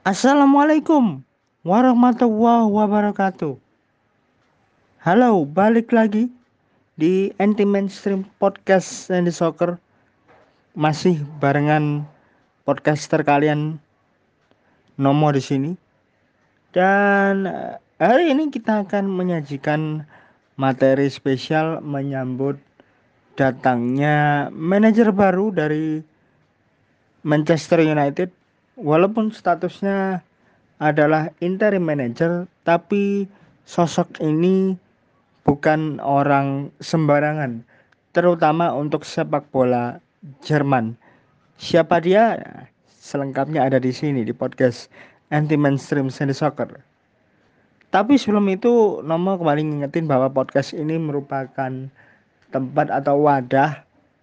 Assalamualaikum warahmatullahi wabarakatuh. Halo, balik lagi di Anti Mainstream Podcast and Soccer. Masih barengan podcaster kalian Nomo di sini. Dan hari ini kita akan menyajikan materi spesial menyambut datangnya manajer baru dari Manchester United. Walaupun statusnya adalah interim manager, tapi sosok ini bukan orang sembarangan, terutama untuk sepak bola Jerman. Siapa dia? Selengkapnya ada di sini di podcast Anti Mainstream Sandy Soccer. Tapi sebelum itu, Nomo kembali ngingetin bahwa podcast ini merupakan tempat atau wadah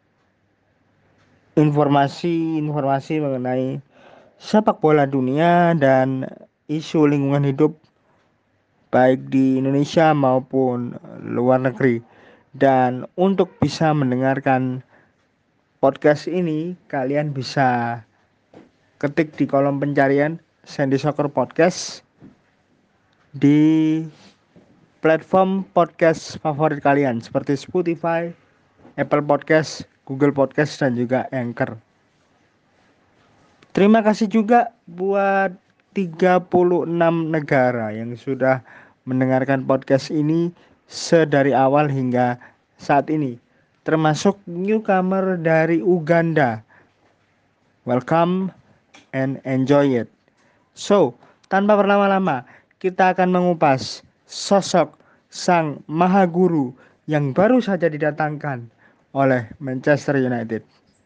informasi-informasi mengenai sepak bola dunia dan isu lingkungan hidup baik di Indonesia maupun luar negeri. Dan untuk bisa mendengarkan podcast ini, kalian bisa ketik di kolom pencarian Sandy Soccer Podcast di platform podcast favorit kalian seperti Spotify, Apple Podcast, Google Podcast, dan juga Anchor. Terima kasih juga buat 36 negara yang sudah mendengarkan podcast ini sedari awal hingga saat ini, termasuk newcomer dari Uganda. Welcome and enjoy it. So, tanpa berlama-lama, kita akan mengupas sosok sang maha guru yang baru saja didatangkan oleh Manchester United.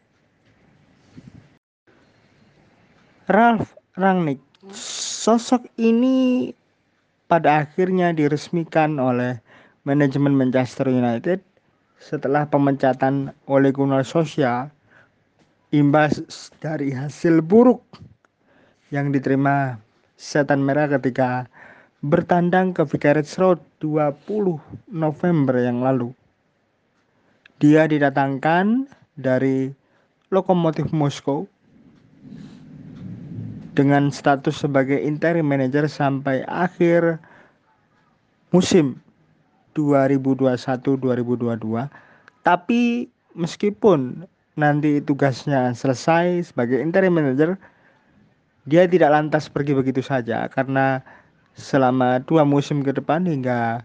Ralf Rangnick. Sosok ini pada akhirnya diresmikan oleh manajemen Manchester United setelah pemecatan Ole Gunnar Solskjaer imbas dari hasil buruk yang diterima Setan Merah ketika bertandang ke Vicarage Road 20 November yang lalu. Dia didatangkan dari Lokomotiv Moskow dengan status sebagai interim manager sampai akhir musim 2021-2022. Tapi meskipun nanti tugasnya selesai sebagai interim manager, dia tidak lantas pergi begitu saja karena selama 2 musim ke depan hingga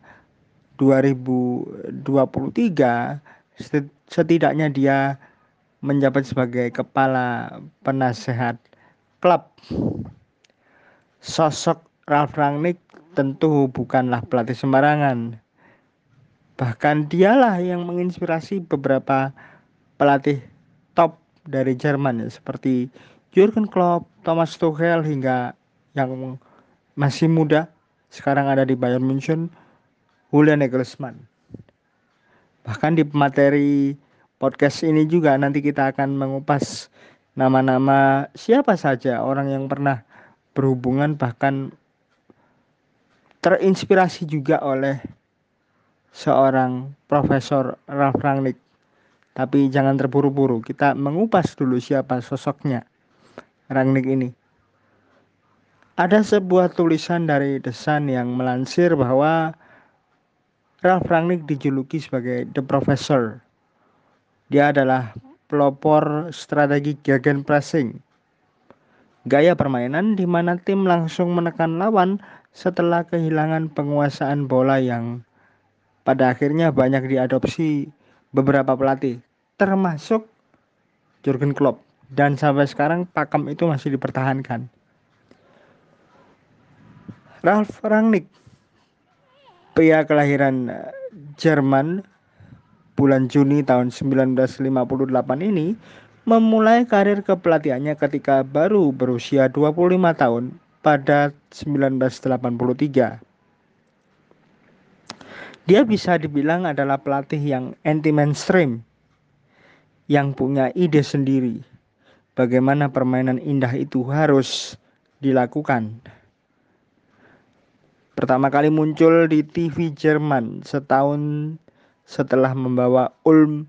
2023 setidaknya dia menjabat sebagai kepala penasehat klub. Sosok Ralf Rangnick tentu bukanlah pelatih sembarangan. Bahkan dialah yang menginspirasi beberapa pelatih top dari Jerman ya, seperti Jurgen Klopp, Thomas Tuchel hingga yang masih muda sekarang ada di Bayern Munchen, Julian Nagelsmann. Bahkan di materi podcast ini juga nanti kita akan mengupas nama-nama siapa saja orang yang pernah berhubungan bahkan terinspirasi juga oleh seorang Profesor Ralf Rangnick. Tapi jangan terburu-buru, kita mengupas dulu siapa sosoknya Rangnick ini. Ada sebuah tulisan dari The Sun yang melansir bahwa Ralf Rangnick dijuluki sebagai The Professor. Dia adalah pelopor strategi gegenpressing, gaya permainan di mana tim langsung menekan lawan setelah kehilangan penguasaan bola yang pada akhirnya banyak diadopsi beberapa pelatih, termasuk Jurgen Klopp. Dan sampai sekarang pakem itu masih dipertahankan. Ralf Rangnick, pria kelahiran Jerman bulan Juni tahun 1958 ini, memulai karir kepelatihannya ketika baru berusia 25 tahun pada 1983. Dia bisa dibilang adalah pelatih yang anti mainstream, yang punya ide sendiri bagaimana permainan indah itu harus dilakukan. Pertama kali muncul di TV Jerman setahun setelah membawa Ulm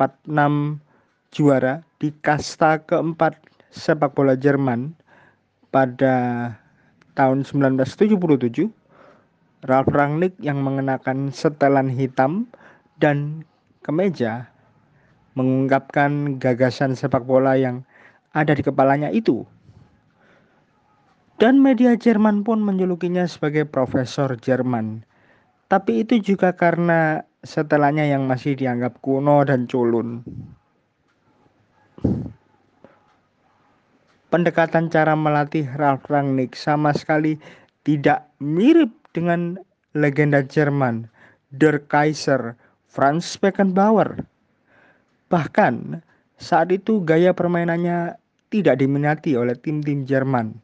1846 juara di kasta keempat sepak bola Jerman pada tahun 1977, Ralf Rangnick yang mengenakan setelan hitam dan kemeja mengungkapkan gagasan sepak bola yang ada di kepalanya itu. Dan media Jerman pun menjulukinya sebagai Profesor Jerman. Tapi itu juga karena setelannya yang masih dianggap kuno dan culun. Pendekatan cara melatih Ralf Rangnick sama sekali tidak mirip dengan legenda Jerman, Der Kaiser, Franz Beckenbauer. Bahkan saat itu gaya permainannya tidak diminati oleh tim-tim Jerman.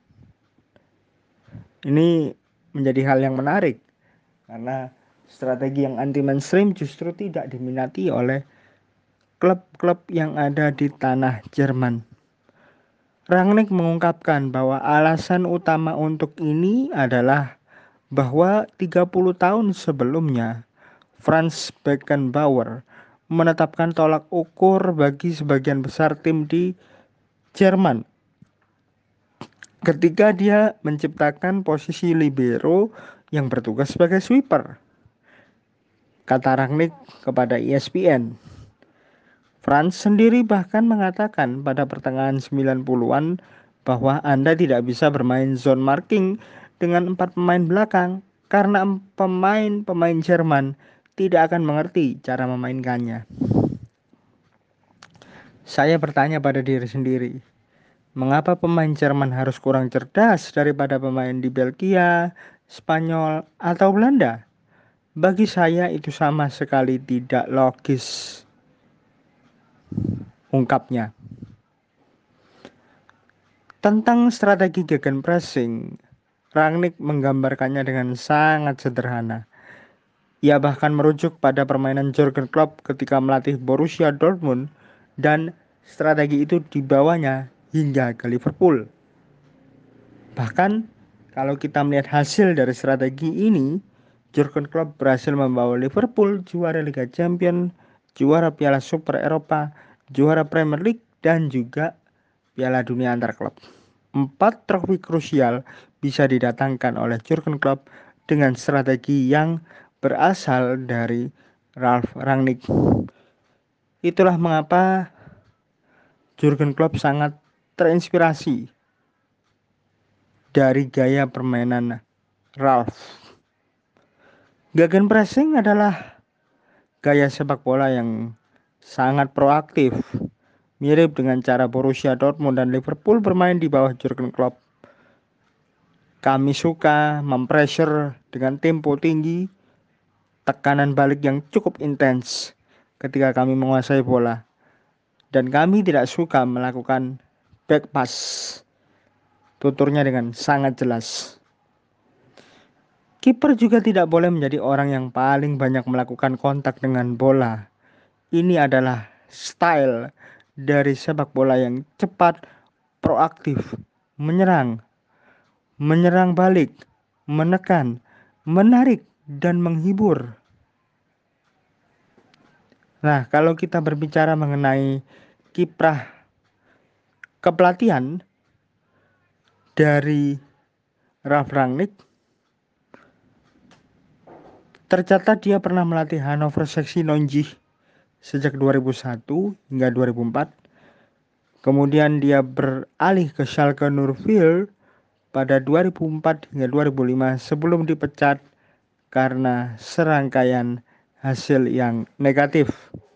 Ini menjadi hal yang menarik karena strategi yang anti mainstream justru tidak diminati oleh klub-klub yang ada di tanah Jerman. Rangnick mengungkapkan bahwa alasan utama untuk ini adalah bahwa 30 tahun sebelumnya Franz Beckenbauer menetapkan tolak ukur bagi sebagian besar tim di Jerman ketika dia menciptakan posisi libero yang bertugas sebagai sweeper. Kata Rangnick kepada ESPN. Franz sendiri bahkan mengatakan pada pertengahan 90-an bahwa Anda tidak bisa bermain zone marking dengan 4 pemain belakang karena pemain-pemain Jerman tidak akan mengerti cara memainkannya. Saya bertanya pada diri sendiri, mengapa pemain Jerman harus kurang cerdas daripada pemain di Belgia, Spanyol, atau Belanda? Bagi saya itu sama sekali tidak logis, ungkapnya. Tentang strategi gegenpressing, Rangnick menggambarkannya dengan sangat sederhana. Ia bahkan merujuk pada permainan Jurgen Klopp ketika melatih Borussia Dortmund dan strategi itu dibawanya hingga ke Liverpool. Bahkan kalau kita melihat hasil dari strategi ini, Jurgen Klopp berhasil membawa Liverpool juara Liga Champions, juara Piala Super Eropa, juara Premier League, dan juga Piala Dunia antar klub. 4 trofi krusial bisa didatangkan oleh Jurgen Klopp dengan strategi yang berasal dari Ralf Rangnick. Itulah mengapa Jurgen Klopp sangat terinspirasi dari gaya permainan Ralf. Gegenpressing adalah gaya sepak bola yang sangat proaktif, mirip dengan cara Borussia Dortmund dan Liverpool bermain di bawah Jurgen Klopp. Kami suka mempressure dengan tempo tinggi, tekanan balik yang cukup intens ketika kami menguasai bola. Dan kami tidak suka melakukan back pass. Tuturnya dengan sangat jelas. Kiper juga tidak boleh menjadi orang yang paling banyak melakukan kontak dengan bola. Ini adalah style dari sepak bola yang cepat, proaktif, menyerang balik, menekan, menarik, dan menghibur. Nah, kalau kita berbicara mengenai kiprah kepelatihan dari Ralf Rangnick, tercatat dia pernah melatih Hannover 96 sejak 2001 hingga 2004. Kemudian dia beralih ke Schalke 04 pada 2004 hingga 2005 sebelum dipecat karena serangkaian hasil yang negatif.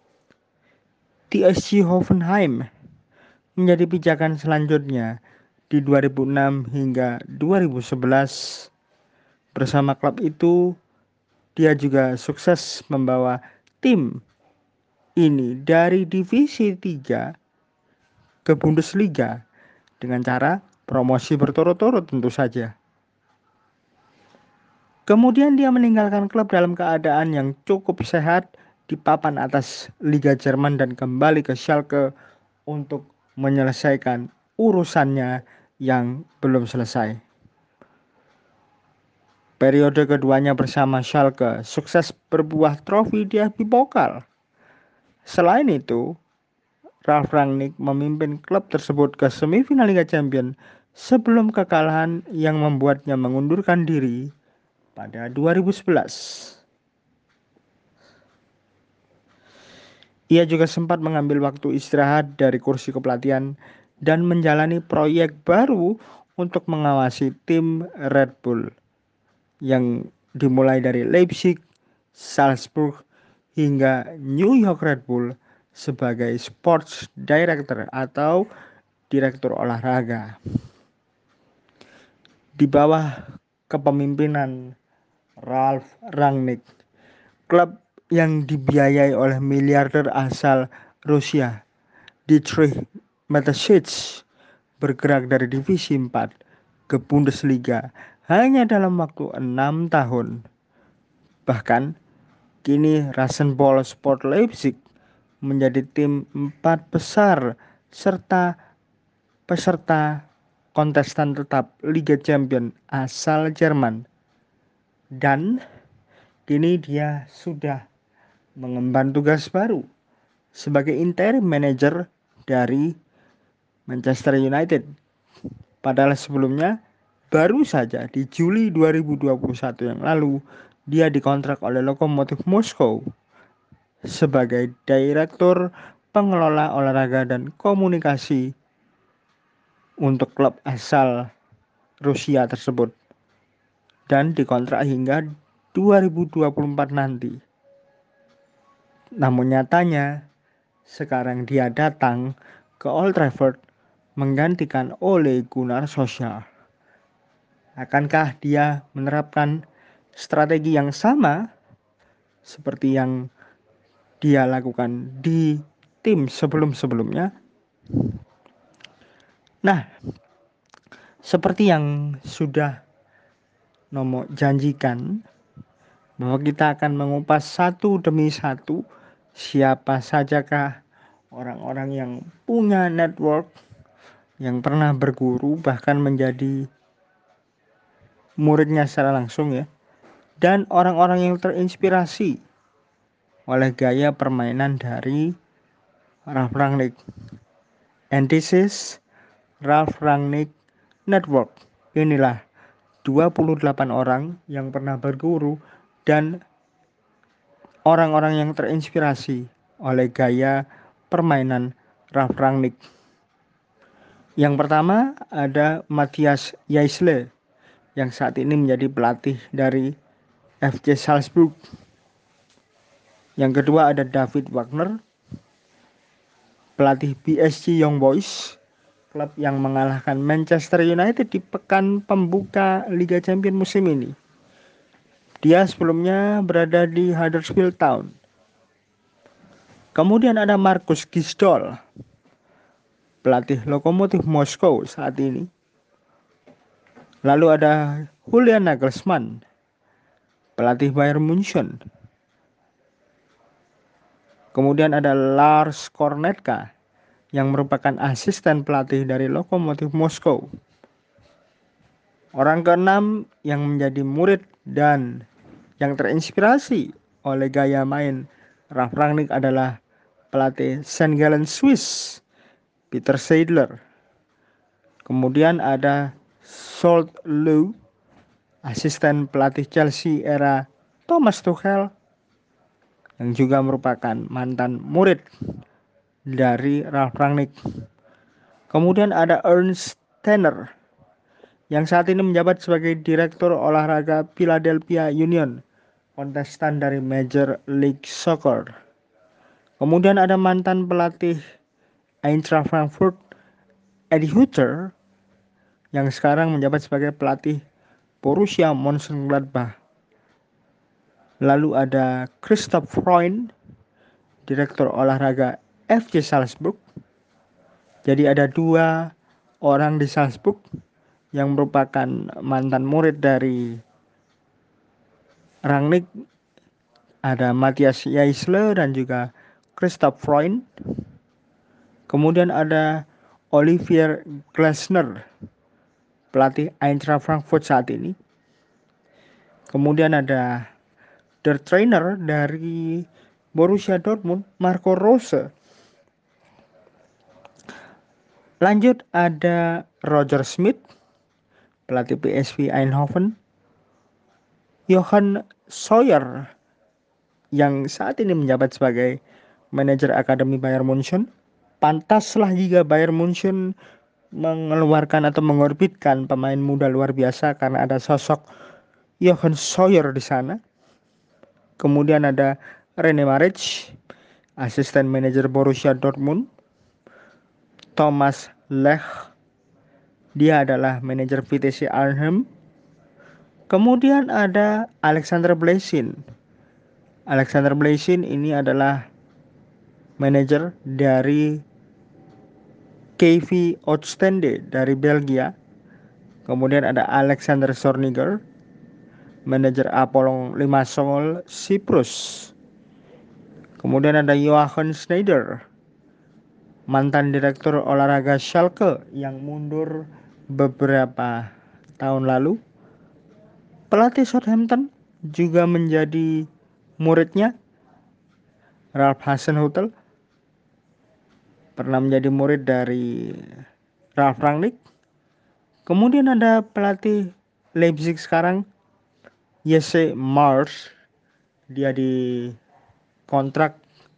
TSG Hoffenheim menjadi pijakan selanjutnya di 2006 hingga 2011. Bersama klub itu, dia juga sukses membawa tim ini dari divisi 3 ke Bundesliga dengan cara promosi berturut-turut tentu saja. Kemudian dia meninggalkan klub dalam keadaan yang cukup sehat di papan atas Liga Jerman dan kembali ke Schalke untuk menyelesaikan urusannya yang belum selesai. Periode keduanya bersama Schalke sukses berbuah trofi DFB Pokal. Selain itu, Ralf Rangnick memimpin klub tersebut ke semifinal Liga Champions sebelum kekalahan yang membuatnya mengundurkan diri pada 2011. Ia juga sempat mengambil waktu istirahat dari kursi kepelatihan dan menjalani proyek baru untuk mengawasi tim Red Bull yang dimulai dari Leipzig, Salzburg, hingga New York Red Bull sebagai sports director atau direktur olahraga. Di bawah kepemimpinan Ralf Rangnick, klub yang dibiayai oleh miliarder asal Rusia, Dietrich Mateschitz, bergerak dari divisi 4 ke Bundesliga hanya dalam waktu 6 tahun. Bahkan kini Rasenball Sport Leipzig menjadi tim 4 besar serta peserta kontestan tetap Liga Champions asal Jerman. Dan kini dia sudah mengemban tugas baru sebagai interim manager dari Manchester United. Padahal sebelumnya baru saja di Juli 2021 yang lalu dia dikontrak oleh Lokomotiv Moskow sebagai direktur pengelola olahraga dan komunikasi untuk klub asal Rusia tersebut dan dikontrak hingga 2024 nanti. Namun nyatanya sekarang dia datang ke Old Trafford menggantikan Ole Gunnar Solskjaer. Akankah dia menerapkan strategi yang sama seperti yang dia lakukan di tim sebelum-sebelumnya? Nah, seperti yang sudah Nomo janjikan bahwa kita akan mengupas satu demi satu siapa sajakah orang-orang yang punya network, yang pernah berguru bahkan menjadi muridnya secara langsung ya, dan orang-orang yang terinspirasi oleh gaya permainan dari Ralf Rangnick. And this is Ralf Rangnick Network. Inilah 28 orang yang pernah berguru dan orang-orang yang terinspirasi oleh gaya permainan Ralf Rangnick. Yang pertama ada Matthias Jaisle yang saat ini menjadi pelatih dari FC Salzburg. Yang kedua ada David Wagner, pelatih PSG Young Boys, klub yang mengalahkan Manchester United di pekan pembuka Liga Champions musim ini. Dia sebelumnya berada di Huddersfield Town. Kemudian ada Markus Gisdol, pelatih Lokomotiv Moskow saat ini. Lalu ada Julian Nagelsmann, pelatih Bayern Munchen. Kemudian ada Lars Kornetka yang merupakan asisten pelatih dari Lokomotiv Moskow. Orang keenam yang menjadi murid dan yang terinspirasi oleh gaya main Ralf Rangnick adalah pelatih St. Gallen Swiss, Peter Seidler. Kemudian ada Salt Lou, asisten pelatih Chelsea era Thomas Tuchel, yang juga merupakan mantan murid dari Ralf Rangnick. Kemudian ada Ernst Tanner yang saat ini menjabat sebagai direktur olahraga Philadelphia Union, kontestan dari Major League Soccer. Kemudian ada mantan pelatih Eintracht Frankfurt, Edi Hütter, yang sekarang menjabat sebagai pelatih Borussia Mönchengladbach. Lalu ada Christoph Freund, direktur olahraga FC Salzburg. Jadi ada 2 orang di Salzburg yang merupakan mantan murid dari Rangnick. Ada Matthias Jaisle dan juga Christoph Freund. Kemudian ada Olivier Glasner, pelatih Eintracht Frankfurt saat ini. Kemudian ada the trainer dari Borussia Dortmund, Marco Rose. Lanjut ada Roger Smith, pelatih PSV Eindhoven. Johan Sawyer yang saat ini menjabat sebagai manajer Akademi Bayern Munchen. Pantaslah jika Bayern Munchen mengeluarkan atau mengorbitkan pemain muda luar biasa karena ada sosok Johan Sawyer di sana. Kemudian ada Rene Maric, asisten manajer Borussia Dortmund. Thomas Lech, dia adalah manajer VTC Arnhem. Kemudian ada Alexander Blazin. Alexander Blazin ini adalah manajer dari KV Oostende dari Belgia. Kemudian ada Alexander Zorniger, manajer Apollon Limassol Siprus. Kemudian ada Joachim Schneider, mantan direktur olahraga Schalke yang mundur beberapa tahun lalu. Pelatih Southampton juga menjadi muridnya. Ralph Hasenhuttl pernah menjadi murid dari Ralf Rangnick. Kemudian ada pelatih Leipzig sekarang, Jesse Marsch. Dia dikontrak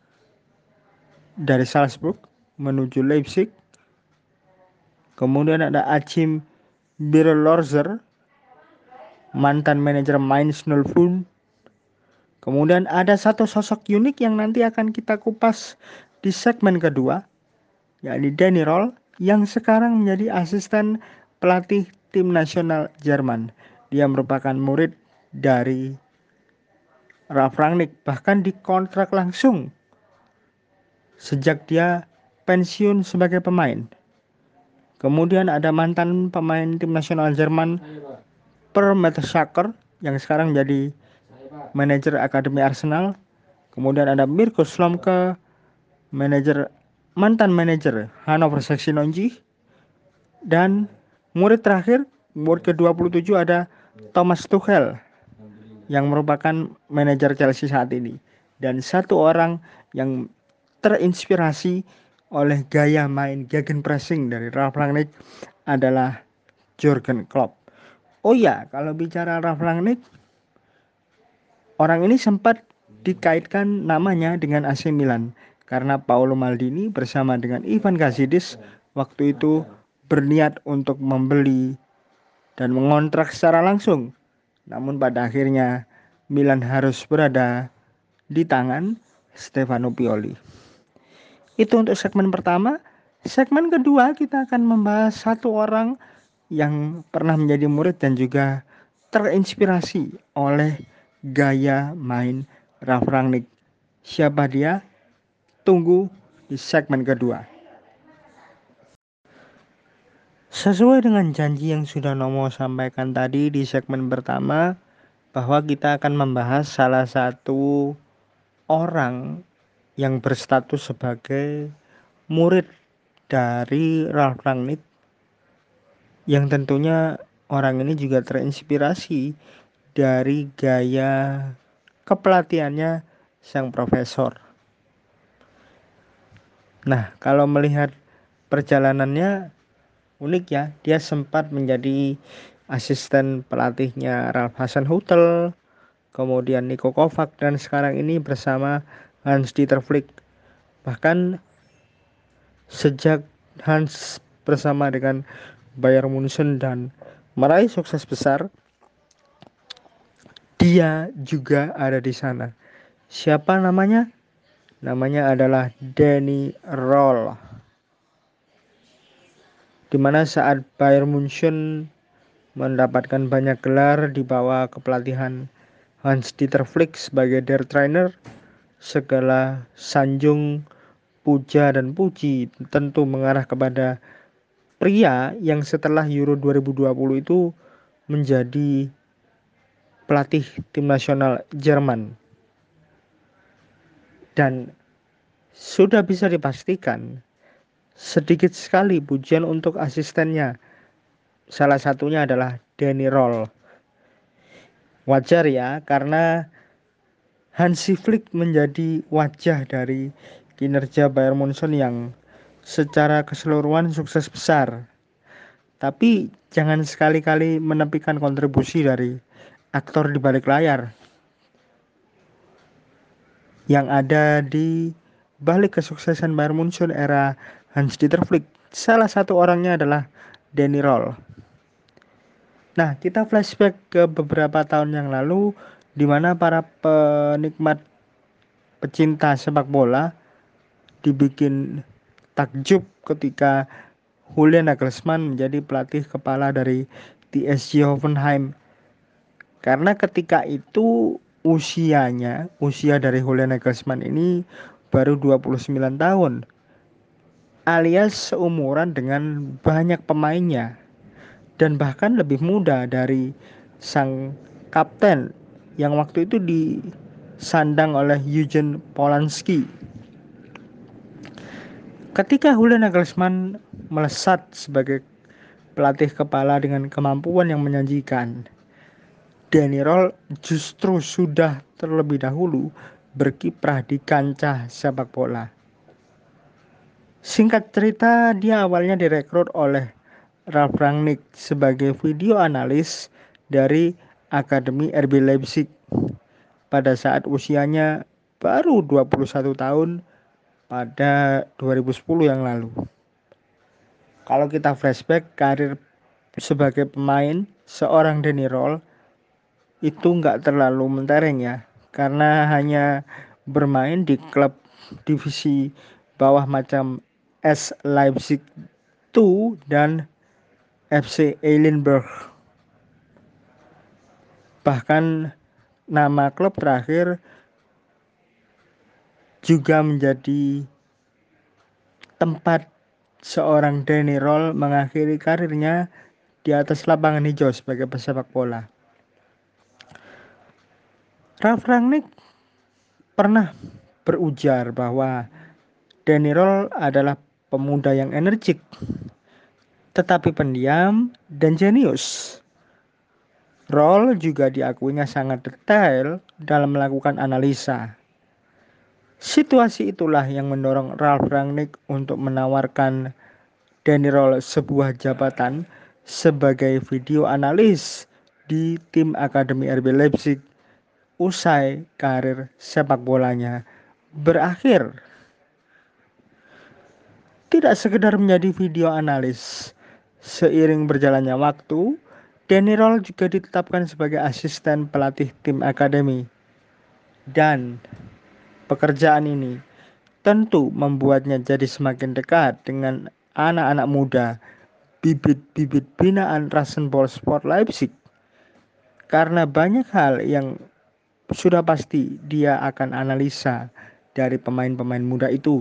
dari Salzburg menuju Leipzig. Kemudian ada Achim Birlorzer, mantan manajer Mainz 05. Kemudian ada satu sosok unik yang nanti akan kita kupas di segmen kedua, yakni Danny Röhl, yang sekarang menjadi asisten pelatih tim nasional Jerman. Dia merupakan murid dari Ralf Rangnick, bahkan dikontrak langsung sejak dia pensiun sebagai pemain. Kemudian ada mantan pemain tim nasional Jerman Per Mertesacker yang sekarang jadi manajer Akademi Arsenal. Kemudian ada Mirko Slomka, mantan manajer Hannover 96. Dan murid terakhir, murid ke-27 ada Thomas Tuchel yang merupakan manajer Chelsea saat ini. Dan satu orang yang terinspirasi oleh gaya main gegenpressing dari Ralf Rangnick adalah Jurgen Klopp. Oh ya, kalau bicara Ralf Rangnick, orang ini sempat dikaitkan namanya dengan AC Milan karena Paolo Maldini bersama dengan Ivan Gazidis waktu itu berniat untuk membeli dan mengontrak secara langsung. Namun pada akhirnya Milan harus berada di tangan Stefano Pioli. Itu untuk segmen pertama. Segmen kedua kita akan membahas satu orang yang pernah menjadi murid dan juga terinspirasi oleh gaya main Ralf Rangnick. Siapa dia? Tunggu di segmen kedua. Sesuai dengan janji yang sudah Nomo sampaikan tadi di segmen pertama, bahwa kita akan membahas salah satu orang yang berstatus sebagai murid dari Ralf Rangnick, yang tentunya orang ini juga terinspirasi dari gaya kepelatihannya sang profesor. Nah, kalau melihat perjalanannya unik ya, dia sempat menjadi asisten pelatihnya Ralph Hasenhuttl, kemudian Niko Kovac, dan sekarang ini bersama Hans-Dieter Flick. Bahkan sejak Hans bersama dengan Bayern Munchen dan meraih sukses besar, dia juga ada di sana. Siapa namanya? Namanya adalah Danny Röhl. Di mana saat Bayern Munchen mendapatkan banyak gelar di bawah kepelatihan Hans-Dieter Flick sebagai Der Trainer, segala sanjung, puja dan puji tentu mengarah kepada pria yang setelah Euro 2020 itu menjadi pelatih tim nasional Jerman. Dan sudah bisa dipastikan sedikit sekali pujian untuk asistennya. Salah satunya adalah Danny Röhl. Wajar ya, karena Hansi Flick menjadi wajah dari kinerja Bayern Munchen yang secara keseluruhan sukses besar. Tapi jangan sekali-kali menepikan kontribusi dari aktor di balik layar yang ada di balik kesuksesan Bayern Munchen era Hans-Dieter Flick. Salah satu orangnya adalah Danny Rol. Nah, kita flashback ke beberapa tahun yang lalu di mana para penikmat pecinta sepak bola dibikin takjub ketika Julian Nagelsmann menjadi pelatih kepala dari TSG Hoffenheim. Karena ketika itu usia dari Julian Nagelsmann ini baru 29 tahun, alias seumuran dengan banyak pemainnya dan bahkan lebih muda dari sang kapten yang waktu itu disandang oleh Eugen Polanski. Ketika Julian Nagelsmann melesat sebagai pelatih kepala dengan kemampuan yang menjanjikan, Danny Rol justru sudah terlebih dahulu berkiprah di kancah sepak bola. Singkat cerita, dia awalnya direkrut oleh Ralf Rangnick sebagai video analis dari Akademi RB Leipzig pada saat usianya baru 21 tahun pada 2010 yang lalu. Kalau kita flashback karir sebagai pemain, seorang Danny Rol itu nggak terlalu mentereng ya, karena hanya bermain di klub divisi bawah macam S Leipzig 2 dan FC Eilenburg. Bahkan nama klub terakhir juga menjadi tempat seorang Danny Rol mengakhiri karirnya di atas lapangan hijau sebagai pesepak bola. Ralf Rangnick pernah berujar bahwa Danny Rol adalah pemuda yang energik, tetapi pendiam dan jenius. Rol juga diakuinya sangat detail dalam melakukan analisa. Situasi itulah yang mendorong Ralf Rangnick untuk menawarkan Danny Rol sebuah jabatan sebagai video analis di tim Akademi RB Leipzig usai karir sepak bolanya berakhir. Tidak sekedar menjadi video analis, seiring berjalannya waktu, Danny Rol juga ditetapkan sebagai asisten pelatih tim akademi. Dan pekerjaan ini tentu membuatnya jadi semakin dekat dengan anak-anak muda, bibit-bibit binaan Rasenball Sport Leipzig. Karena banyak hal yang sudah pasti dia akan analisa dari pemain-pemain muda itu.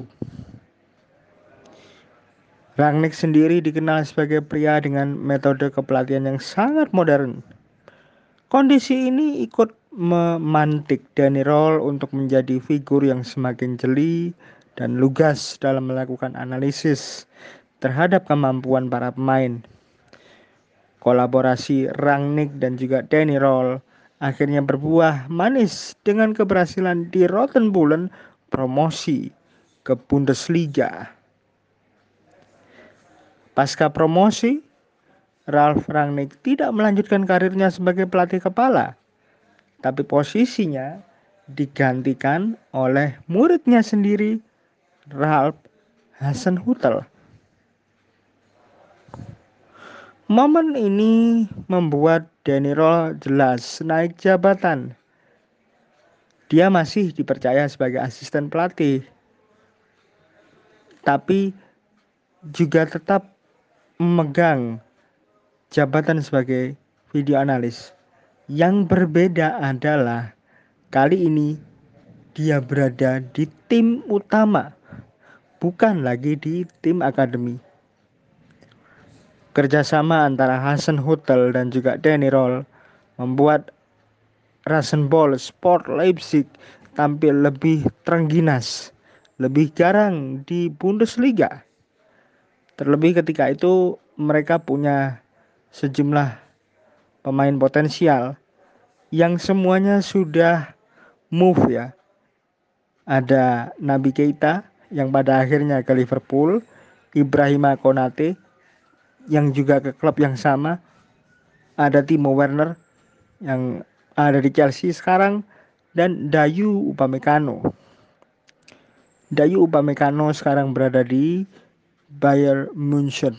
Rangnick sendiri dikenal sebagai pria dengan metode kepelatihan yang sangat modern. Kondisi ini ikut memantik Danny Rol untuk menjadi figur yang semakin jeli dan lugas dalam melakukan analisis terhadap kemampuan para pemain. Kolaborasi Rangnick dan juga Danny Rol akhirnya berbuah manis dengan keberhasilan di Rotenbullen promosi ke Bundesliga. Pasca promosi, Ralf Rangnick tidak melanjutkan karirnya sebagai pelatih kepala, tapi posisinya digantikan oleh muridnya sendiri, Ralf Hasenhüttl. Momen ini membuat Danny Rol jelas naik jabatan. Dia masih dipercaya sebagai asisten pelatih, tapi juga tetap memegang jabatan sebagai video analis. Yang berbeda adalah kali ini dia berada di tim utama, bukan lagi di tim akademi. Kerjasama antara Hasenhüttl dan juga Danny Rol membuat Rasenball Sport Leipzig tampil lebih terengginas, lebih garang di Bundesliga. Terlebih ketika itu mereka punya sejumlah pemain potensial yang semuanya sudah move ya. Ada Naby Keita yang pada akhirnya ke Liverpool, Ibrahima Konate yang juga ke klub yang sama, ada Timo Werner yang ada di Chelsea sekarang, dan Dayu Upamecano. Dayu Upamecano sekarang berada di Bayern Munchen.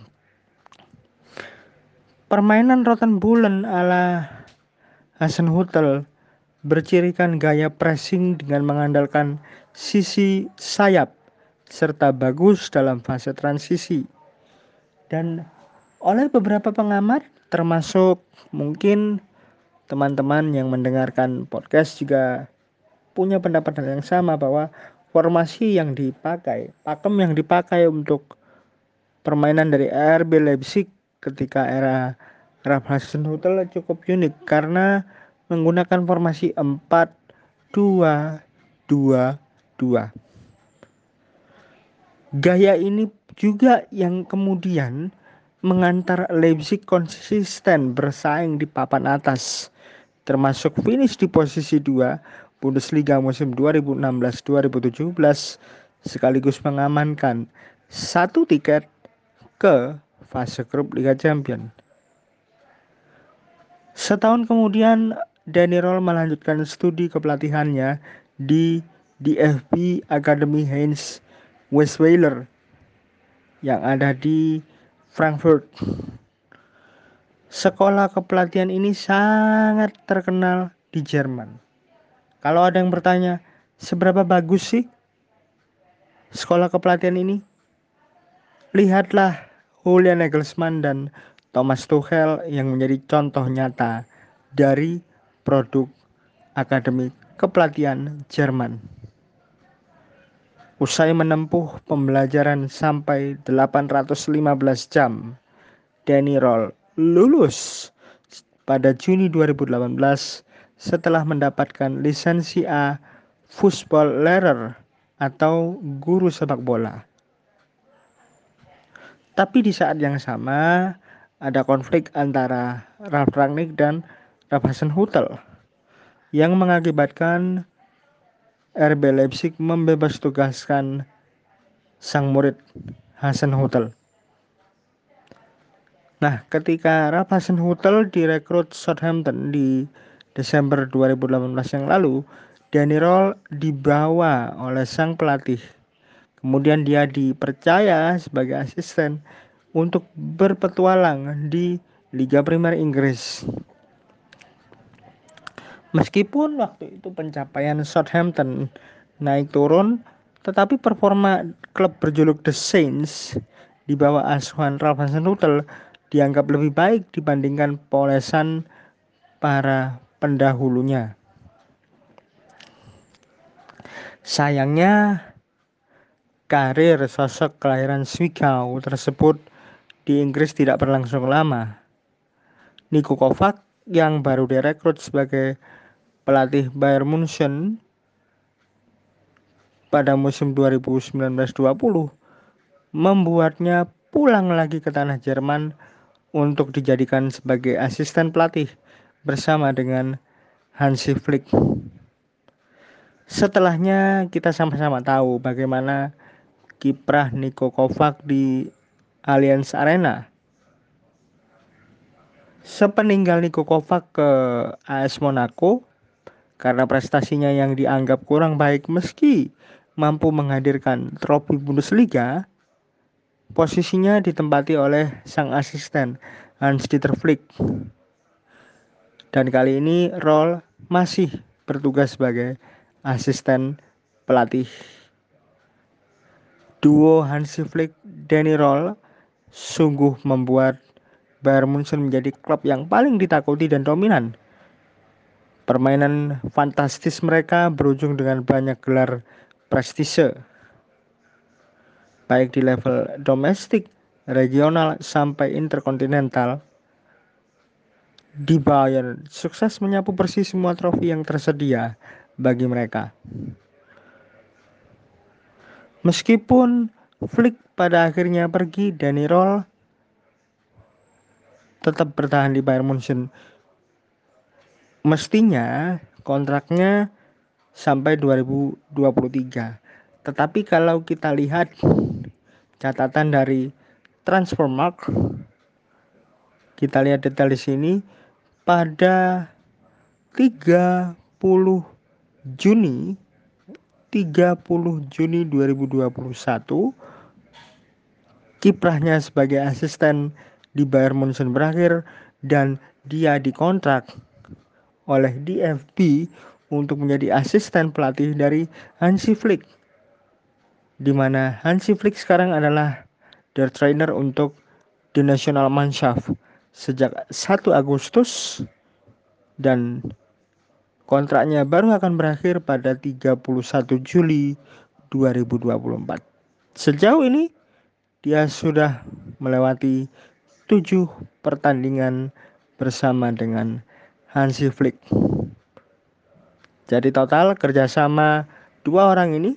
Permainan Rottenbulen ala Hasenhüttl bercirikan gaya pressing dengan mengandalkan sisi sayap serta bagus dalam fase transisi. Dan oleh beberapa pengamat, termasuk mungkin teman-teman yang mendengarkan podcast juga punya pendapat yang sama, bahwa formasi yang dipakai, pakem yang dipakai untuk permainan dari RB Leipzig ketika era Ralf Hasenhüttl cukup unik karena menggunakan formasi 4-2-2-2. Gaya ini juga yang kemudian mengantar Leipzig konsisten bersaing di papan atas, termasuk finish di posisi 2 Bundesliga musim 2016-2017, sekaligus mengamankan satu tiket ke fase grup Liga Champions. Setahun kemudian, Danny Rol melanjutkan studi kepelatihannya di DFB Academy Heinz Weisweiler yang ada di Frankfurt. Sekolah kepelatihan ini sangat terkenal di Jerman. Kalau ada yang bertanya, seberapa bagus sih sekolah kepelatihan ini? Lihatlah Julian Nagelsmann dan Thomas Tuchel yang menjadi contoh nyata dari produk Akademi Kepelatihan Jerman. Usai menempuh pembelajaran sampai 815 jam, Danny Rol lulus pada Juni 2018 setelah mendapatkan lisensi A Fußballlehrer atau guru sepak bola. Tapi di saat yang sama ada konflik antara Ralf Rangnick dan Ralf Hasenhüttl yang mengakibatkan RB Leipzig membebas tugaskan sang murid Hasenhüttl. Nah, ketika Ralf Hasenhüttl direkrut Southampton di Desember 2018 yang lalu, Danny Rol dibawa oleh sang pelatih. Kemudian dia dipercaya sebagai asisten untuk berpetualang di Liga Primer Inggris. Meskipun waktu itu pencapaian Southampton naik turun, tetapi performa klub berjuluk The Saints di bawah asuhan Ralf Hasenhüttl dianggap lebih baik dibandingkan polesan para pendahulunya. Sayangnya, karir sosok kelahiran Zwickau tersebut di Inggris tidak berlangsung lama. Niko Kovac yang baru direkrut sebagai pelatih Bayern Munchen pada musim 2019-20 membuatnya pulang lagi ke tanah Jerman untuk dijadikan sebagai asisten pelatih bersama dengan Hansi Flick. Setelahnya kita sama-sama tahu bagaimana kiprah Niko Kovac di Allianz Arena. Sepeninggal Niko Kovac ke AS Monaco karena prestasinya yang dianggap kurang baik meski mampu menghadirkan trofi Bundesliga, posisinya ditempati oleh sang asisten Hans-Dieter Flick. Dan kali ini Rol masih bertugas sebagai asisten pelatih. Duo Hansi Flick Danny Rol sungguh membuat Bayern Munchen menjadi klub yang paling ditakuti dan dominan. Permainan fantastis mereka berujung dengan banyak gelar prestise, baik di level domestik, regional, sampai interkontinental. Di Bayern sukses menyapu bersih semua trofi yang tersedia bagi mereka. Meskipun Flick pada akhirnya pergi, Danny Rol tetap bertahan di Bayern Munchen. Mestinya kontraknya sampai 2023. Tetapi kalau kita lihat Catatan dari Transfermarkt, kita lihat detail di sini, pada 30 Juni 30 Juni 2021, kiprahnya sebagai asisten di Bayern Munchen berakhir dan dia dikontrak oleh DFB untuk menjadi asisten pelatih dari Hansi Flick, di mana Hansi Flick sekarang adalah their trainer untuk di National Mannschaft sejak 1 Agustus dan kontraknya baru akan berakhir pada 31 Juli 2024. Sejauh ini dia sudah melewati 7 pertandingan bersama dengan Hansi Flick. Jadi total kerjasama dua orang ini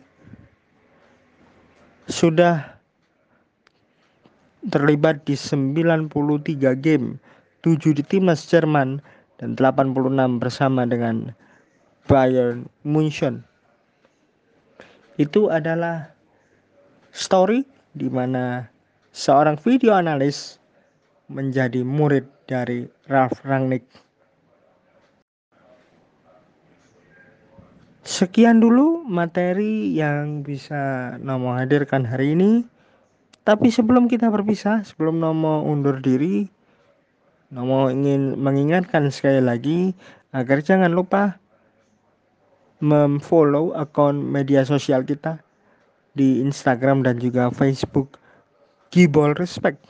sudah terlibat di 93 game, 7 di timnas Jerman dan 86 bersama dengan Bayern Munchen. Itu adalah story di mana seorang video analis menjadi murid dari Ralf Rangnick. Sekian dulu materi yang bisa Nomo hadirkan hari ini. Tapi sebelum kita berpisah, sebelum Nomo undur diri, Nomo ingin mengingatkan sekali lagi agar jangan lupa memfollow akun media sosial kita di Instagram dan juga Facebook Gibol Respect,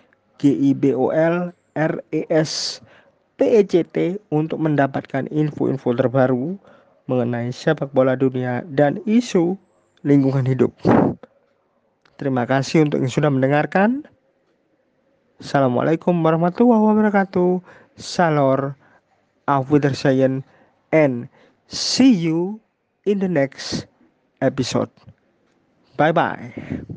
GIBOLRESPECT, untuk mendapatkan info-info terbaru mengenai sepak bola dunia dan isu lingkungan hidup. Terima kasih untuk yang sudah mendengarkan. Assalamualaikum warahmatullahi wabarakatuh. Salor, auf Wiedersehen, and see you in the next episode. Bye bye.